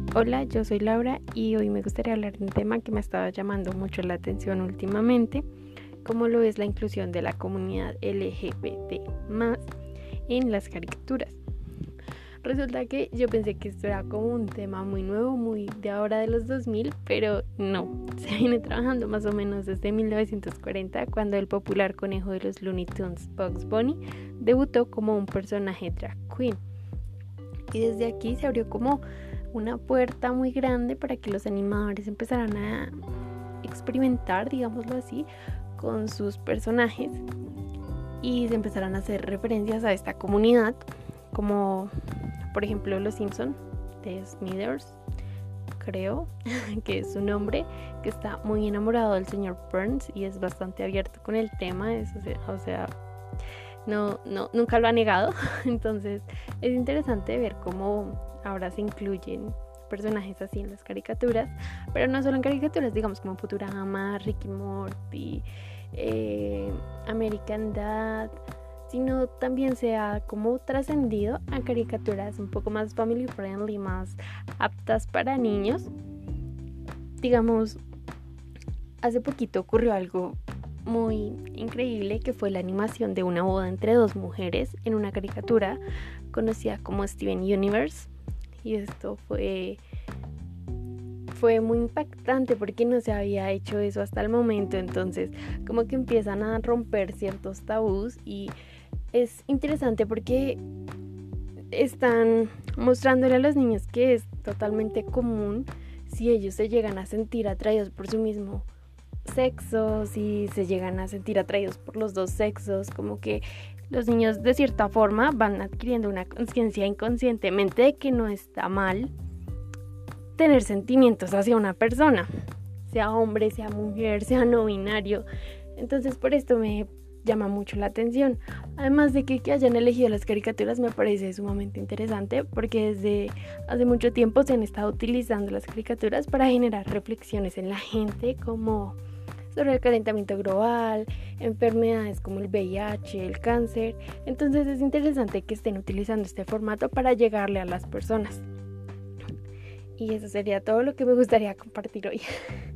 Hola, yo soy Laura y hoy me gustaría hablar de un tema que me ha estado llamando mucho la atención últimamente, como lo es la inclusión de la comunidad LGBT más en las caricaturas. Resulta que yo pensé que esto era como un tema muy nuevo, muy de ahora de los 2000, pero no, se viene trabajando más o menos desde 1940, cuando el popular conejo de los Looney Tunes, Bugs Bunny, debutó como un personaje drag queen. Y desde aquí se abrió como una puerta muy grande para que los animadores empezaran a experimentar, digámoslo así, con sus personajes y se empezaran a hacer referencias a esta comunidad, como por ejemplo Los Simpson de Smithers, creo que es su nombre, que está muy enamorado del señor Burns y es bastante abierto con el tema, nunca lo ha negado. Entonces es interesante ver cómo ahora se incluyen personajes así en las caricaturas, pero no solo en caricaturas, digamos como Futurama, Rick y Morty, American Dad, sino también se ha como trascendido a caricaturas un poco más family friendly, más aptas para niños. Digamos, hace poquito ocurrió algo muy increíble, que fue la animación de una boda entre dos mujeres en una caricatura conocida como Steven Universe, y esto fue muy impactante porque no se había hecho eso hasta el momento. Entonces como que empiezan a romper ciertos tabús y es interesante porque están mostrándole a los niños que es totalmente común si ellos se llegan a sentir atraídos por su mismo sexo, si se llegan a sentir atraídos por los dos sexos, como que los niños de cierta forma van adquiriendo una conciencia inconscientemente de que no está mal tener sentimientos hacia una persona, sea hombre, sea mujer, sea no binario. Entonces por esto me llama mucho la atención. Además de que hayan elegido las caricaturas me parece sumamente interesante, porque desde hace mucho tiempo se han estado utilizando las caricaturas para generar reflexiones en la gente, como sobre el calentamiento global, enfermedades como el VIH, el cáncer. Entonces es interesante que estén utilizando este formato para llegarle a las personas. Y eso sería todo lo que me gustaría compartir hoy.